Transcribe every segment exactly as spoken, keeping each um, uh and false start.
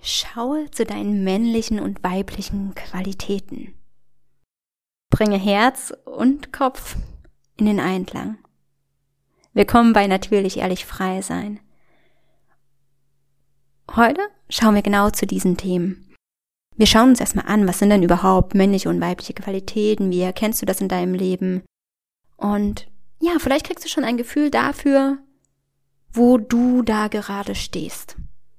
Schaue zu deinen männlichen und weiblichen Qualitäten. Bringe Herz und Kopf in den Einklang. Willkommen bei Natürlich Ehrlich Frei Sein. Heute schauen wir genau zu diesen Themen. Wir schauen uns erstmal an, was sind denn überhaupt männliche und weibliche Qualitäten, wie erkennst du das in deinem Leben? Und ja, vielleicht kriegst du schon ein Gefühl dafür, wo du da gerade stehst.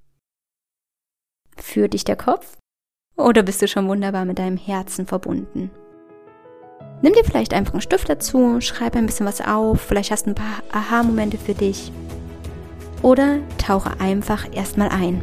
Führt dich der Kopf oder bist du schon wunderbar mit deinem Herzen verbunden? Nimm dir vielleicht einfach einen Stift dazu, schreib ein bisschen was auf, vielleicht hast du ein paar Aha-Momente für dich oder tauche einfach erstmal ein.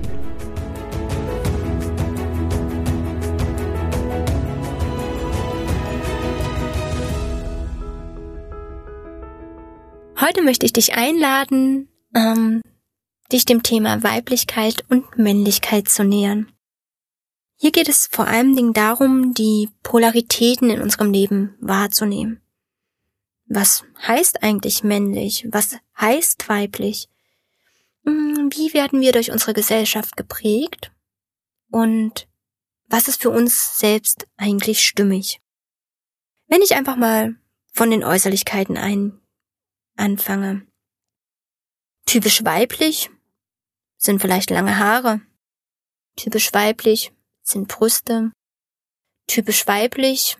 Heute möchte ich dich einladen, ähm, dich dem Thema Weiblichkeit und Männlichkeit zu nähern. Hier geht es vor allen Dingen darum, die Polaritäten in unserem Leben wahrzunehmen. Was heißt eigentlich männlich? Was heißt weiblich? Wie werden wir durch unsere Gesellschaft geprägt? Und was ist für uns selbst eigentlich stimmig? Wenn ich einfach mal von den Äußerlichkeiten ein anfange. Typisch weiblich sind vielleicht lange Haare. Typisch weiblich sind Brüste. Typisch weiblich,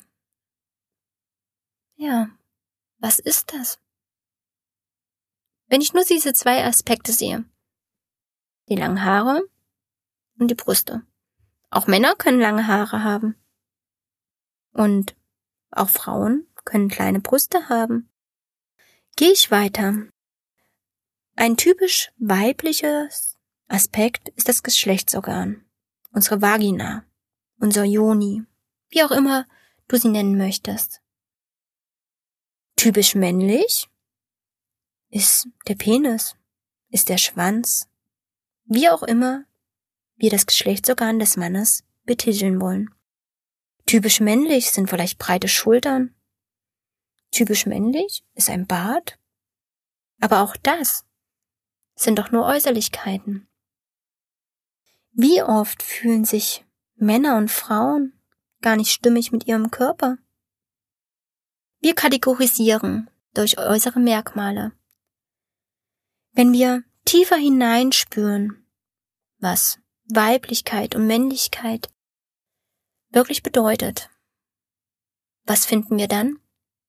ja, was ist das? Wenn ich nur diese zwei Aspekte sehe, die langen Haare und die Brüste. Auch Männer können lange Haare haben. Und auch Frauen können kleine Brüste haben. Gehe ich weiter. Ein typisch weibliches Aspekt ist das Geschlechtsorgan, unsere Vagina, unser Yoni, wie auch immer du sie nennen möchtest. Typisch männlich ist der Penis, ist der Schwanz, wie auch immer wir das Geschlechtsorgan des Mannes betiteln wollen. Typisch männlich sind vielleicht breite Schultern. Typisch männlich ist ein Bart. Aber auch das sind doch nur Äußerlichkeiten. Wie oft fühlen sich Männer und Frauen gar nicht stimmig mit ihrem Körper? Wir kategorisieren durch äußere Merkmale. Wenn wir tiefer hineinspüren, was Weiblichkeit und Männlichkeit wirklich bedeutet, was finden wir dann?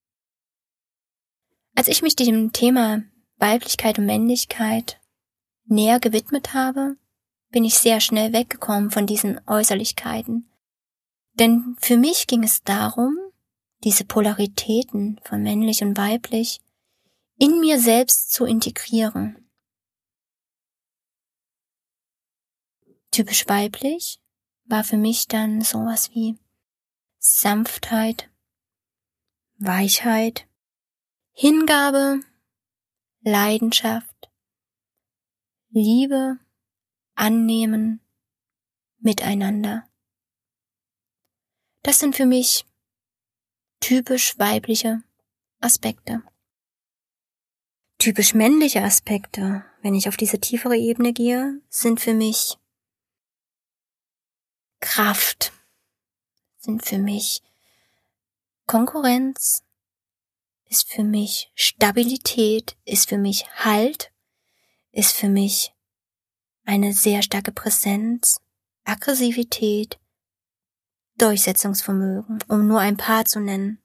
Als ich mich dem Thema Weiblichkeit und Männlichkeit näher gewidmet habe, bin ich sehr schnell weggekommen von diesen Äußerlichkeiten. Denn für mich ging es darum, diese Polaritäten von männlich und weiblich in mir selbst zu integrieren. Typisch weiblich war für mich dann sowas wie Sanftheit, Weichheit, Hingabe, Leidenschaft, Liebe, Annehmen, Miteinander. Das sind für mich typisch weibliche Aspekte. Typisch männliche Aspekte, wenn ich auf diese tiefere Ebene gehe, sind für mich Kraft, sind für mich Konkurrenz, ist für mich Stabilität, ist für mich Halt, ist für mich eine sehr starke Präsenz, Aggressivität, Durchsetzungsvermögen, um nur ein paar zu nennen.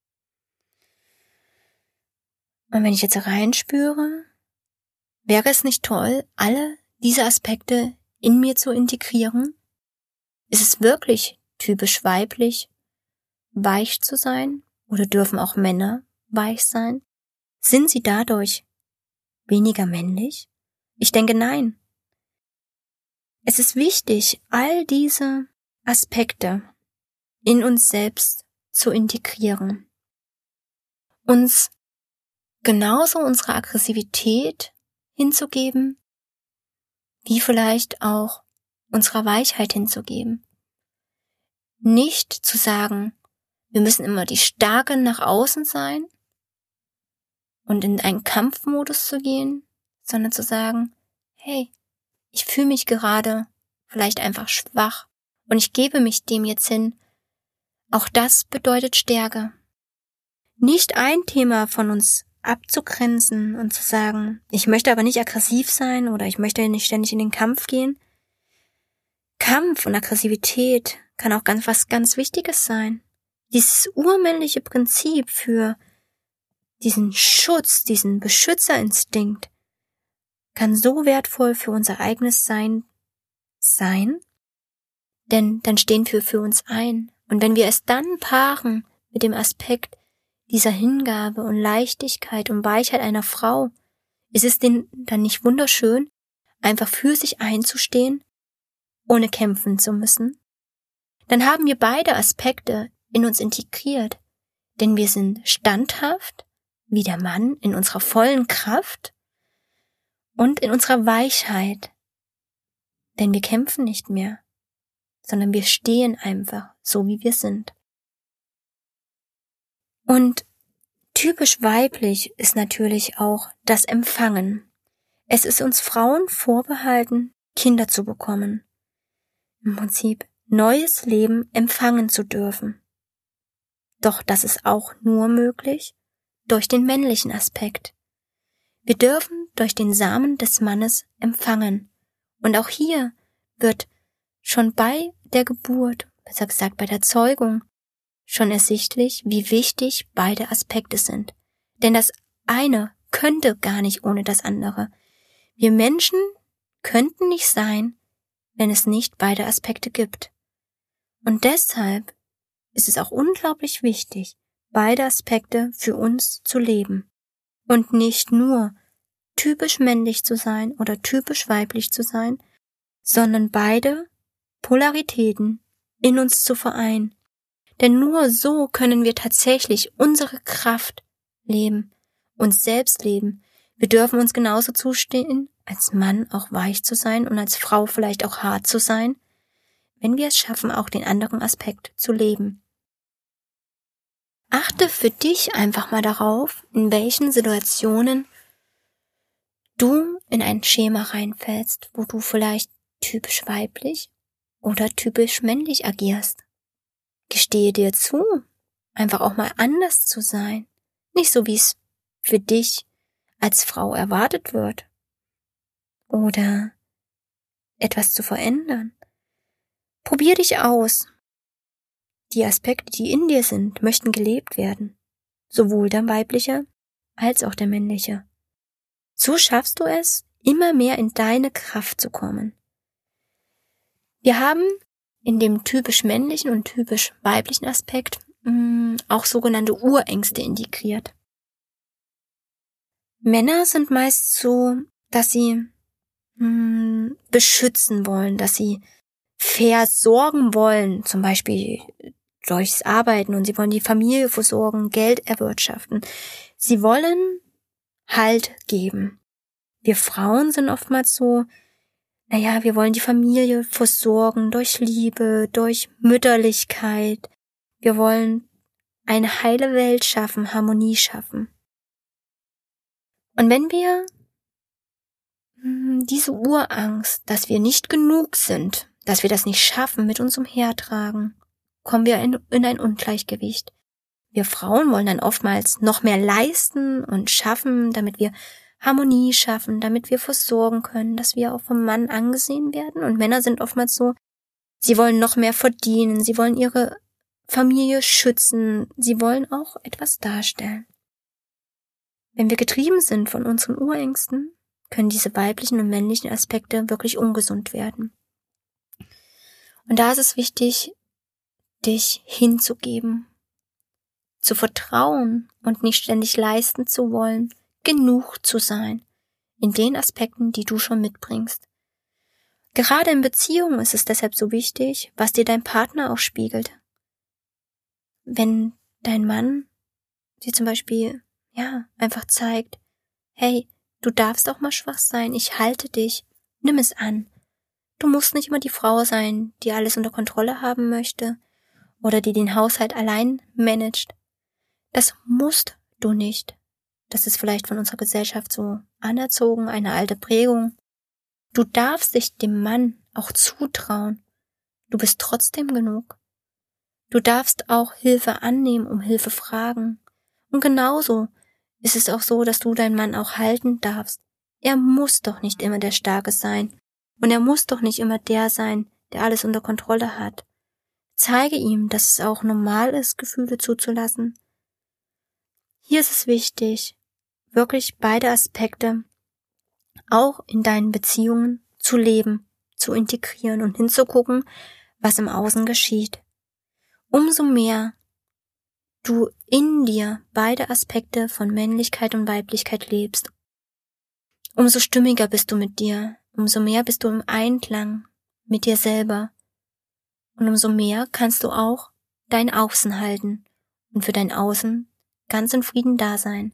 Und wenn ich jetzt reinspüre, wäre es nicht toll, alle diese Aspekte in mir zu integrieren? Ist es wirklich typisch weiblich, weich zu sein? Oder dürfen auch Männer weich sein? Sind sie dadurch weniger männlich? Ich denke, nein. Es ist wichtig, all diese Aspekte in uns selbst zu integrieren. Uns genauso unsere Aggressivität hinzugeben, wie vielleicht auch unserer Weichheit hinzugeben. Nicht zu sagen, wir müssen immer die Starken nach außen sein und in einen Kampfmodus zu gehen, sondern zu sagen, hey, ich fühle mich gerade vielleicht einfach schwach und ich gebe mich dem jetzt hin. Auch das bedeutet Stärke. Nicht ein Thema von uns abzugrenzen und zu sagen, ich möchte aber nicht aggressiv sein oder ich möchte nicht ständig in den Kampf gehen. Kampf und Aggressivität kann auch ganz was ganz Wichtiges sein. Dieses urmännliche Prinzip für diesen Schutz, diesen Beschützerinstinkt kann so wertvoll für unser eigenes Sein sein, denn dann stehen wir für uns ein. Und wenn wir es dann paaren mit dem Aspekt dieser Hingabe und Leichtigkeit und Weichheit einer Frau, ist es denn dann nicht wunderschön, einfach für sich einzustehen, ohne kämpfen zu müssen? Dann haben wir beide Aspekte in uns integriert, denn wir sind standhaft, wie der Mann, in unserer vollen Kraft und in unserer Weichheit, denn wir kämpfen nicht mehr, sondern wir stehen einfach so, wie wir sind. Und typisch weiblich ist natürlich auch das Empfangen. Es ist uns Frauen vorbehalten, Kinder zu bekommen. Im Prinzip neues Leben empfangen zu dürfen. Doch das ist auch nur möglich durch den männlichen Aspekt. Wir dürfen durch den Samen des Mannes empfangen. Und auch hier wird schon bei der Geburt, besser gesagt bei der Zeugung, schon ersichtlich, wie wichtig beide Aspekte sind. Denn das eine könnte gar nicht ohne das andere. Wir Menschen könnten nicht sein, wenn es nicht beide Aspekte gibt. Und deshalb ist es auch unglaublich wichtig, beide Aspekte für uns zu leben und nicht nur typisch männlich zu sein oder typisch weiblich zu sein, sondern beide Polaritäten in uns zu vereinen. Denn nur so können wir tatsächlich unsere Kraft leben, uns selbst leben. Wir dürfen uns genauso zustehen, als Mann auch weich zu sein und als Frau vielleicht auch hart zu sein, wenn wir es schaffen, auch den anderen Aspekt zu leben. Achte für dich einfach mal darauf, in welchen Situationen du in ein Schema reinfällst, wo du vielleicht typisch weiblich oder typisch männlich agierst. Gestehe dir zu, einfach auch mal anders zu sein. Nicht so, wie es für dich als Frau erwartet wird. Oder etwas zu verändern. Probier dich aus. Die Aspekte, die in dir sind, möchten gelebt werden. Sowohl der weibliche als auch der männliche. So schaffst du es, immer mehr in deine Kraft zu kommen. Wir haben in dem typisch männlichen und typisch weiblichen Aspekt mh, auch sogenannte Urängste integriert. Männer sind meist so, dass sie mh, beschützen wollen, dass sie versorgen wollen, zum Beispiel durchs Arbeiten, und sie wollen die Familie versorgen, Geld erwirtschaften. Sie wollen Halt geben. Wir Frauen sind oftmals so, naja, wir wollen die Familie versorgen durch Liebe, durch Mütterlichkeit. Wir wollen eine heile Welt schaffen, Harmonie schaffen. Und wenn wir mh, diese Urangst, dass wir nicht genug sind, dass wir das nicht schaffen, mit uns umhertragen, kommen wir in, in ein Ungleichgewicht. Wir Frauen wollen dann oftmals noch mehr leisten und schaffen, damit wir Harmonie schaffen, damit wir versorgen können, dass wir auch vom Mann angesehen werden. Und Männer sind oftmals so, sie wollen noch mehr verdienen, sie wollen ihre Familie schützen, sie wollen auch etwas darstellen. Wenn wir getrieben sind von unseren Urängsten, können diese weiblichen und männlichen Aspekte wirklich ungesund werden. Und da ist es wichtig, dich hinzugeben, zu vertrauen und nicht ständig leisten zu wollen, genug zu sein in den Aspekten, die du schon mitbringst. Gerade in Beziehungen ist es deshalb so wichtig, was dir dein Partner auch spiegelt. Wenn dein Mann dir zum Beispiel, ja, einfach zeigt, hey, du darfst auch mal schwach sein, ich halte dich, nimm es an. Du musst nicht immer die Frau sein, die alles unter Kontrolle haben möchte oder die den Haushalt allein managt. Das musst du nicht. Das ist vielleicht von unserer Gesellschaft so anerzogen, eine alte Prägung. Du darfst dich dem Mann auch zutrauen. Du bist trotzdem genug. Du darfst auch Hilfe annehmen, um Hilfe fragen. Und genauso ist es auch so, dass du deinen Mann auch halten darfst. Er muss doch nicht immer der Starke sein. Und er muss doch nicht immer der sein, der alles unter Kontrolle hat. Zeige ihm, dass es auch normal ist, Gefühle zuzulassen. Hier ist es wichtig, wirklich beide Aspekte auch in deinen Beziehungen zu leben, zu integrieren und hinzugucken, was im Außen geschieht. Umso mehr du in dir beide Aspekte von Männlichkeit und Weiblichkeit lebst, umso stimmiger bist du mit dir, umso mehr bist du im Einklang mit dir selber und umso mehr kannst du auch dein Außen halten und für dein Außen ganz in Frieden da sein.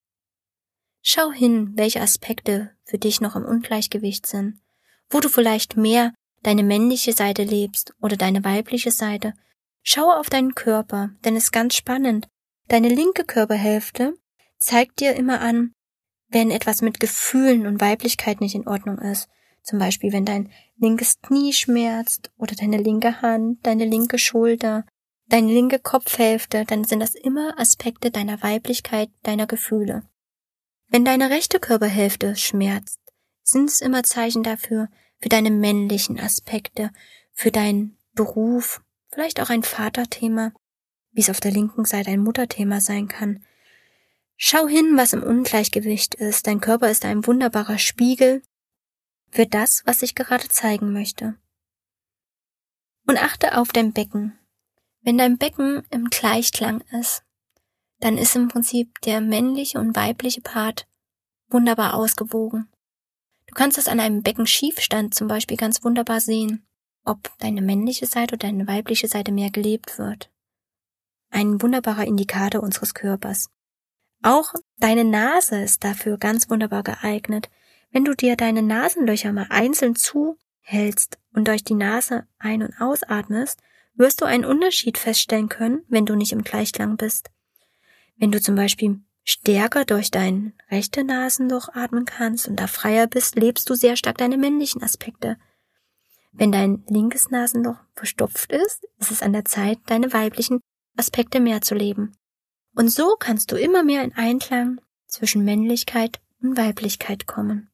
Schau hin, welche Aspekte für dich noch im Ungleichgewicht sind, wo du vielleicht mehr deine männliche Seite lebst oder deine weibliche Seite. Schau auf deinen Körper, denn es ist ganz spannend. Deine linke Körperhälfte zeigt dir immer an, wenn etwas mit Gefühlen und Weiblichkeit nicht in Ordnung ist. Zum Beispiel, wenn dein linkes Knie schmerzt oder deine linke Hand, deine linke Schulter, deine linke Kopfhälfte, dann sind das immer Aspekte deiner Weiblichkeit, deiner Gefühle. Wenn deine rechte Körperhälfte schmerzt, sind es immer Zeichen dafür, für deine männlichen Aspekte, für deinen Beruf, vielleicht auch ein Vaterthema, wie es auf der linken Seite ein Mutterthema sein kann. Schau hin, was im Ungleichgewicht ist. Dein Körper ist ein wunderbarer Spiegel für das, was ich gerade zeigen möchte. Und achte auf dein Becken. Wenn dein Becken im Gleichklang ist, dann ist im Prinzip der männliche und weibliche Part wunderbar ausgewogen. Du kannst das an einem Beckenschiefstand zum Beispiel ganz wunderbar sehen, ob deine männliche Seite oder deine weibliche Seite mehr gelebt wird. Ein wunderbarer Indikator unseres Körpers. Auch deine Nase ist dafür ganz wunderbar geeignet. Wenn du dir deine Nasenlöcher mal einzeln zuhältst und durch die Nase ein- und ausatmest, wirst du einen Unterschied feststellen können, wenn du nicht im Gleichklang bist. Wenn du zum Beispiel stärker durch dein rechte Nasenloch atmen kannst und da freier bist, lebst du sehr stark deine männlichen Aspekte. Wenn dein linkes Nasenloch verstopft ist, ist es an der Zeit, deine weiblichen Aspekte mehr zu leben. Und so kannst du immer mehr in Einklang zwischen Männlichkeit und Weiblichkeit kommen.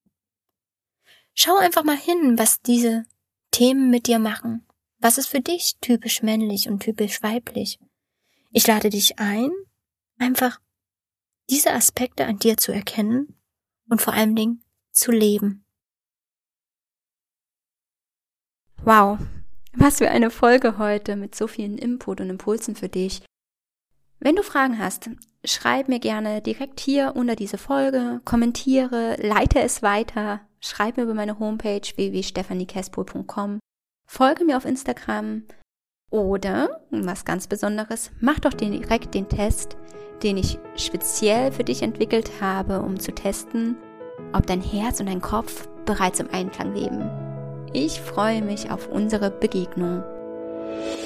Schau einfach mal hin, was diese Themen mit dir machen. Was ist für dich typisch männlich und typisch weiblich? Ich lade dich ein, einfach diese Aspekte an dir zu erkennen und vor allen Dingen zu leben. Wow, was für eine Folge heute mit so vielen Input und Impulsen für dich. Wenn du Fragen hast, schreib mir gerne direkt hier unter diese Folge, kommentiere, leite es weiter, schreib mir über meine Homepage w w w punkt stephanie kespol punkt com, folge mir auf Instagram oder, was ganz Besonderes, mach doch direkt den Test, den ich speziell für dich entwickelt habe, um zu testen, ob dein Herz und dein Kopf bereits im Einklang leben. Ich freue mich auf unsere Begegnung.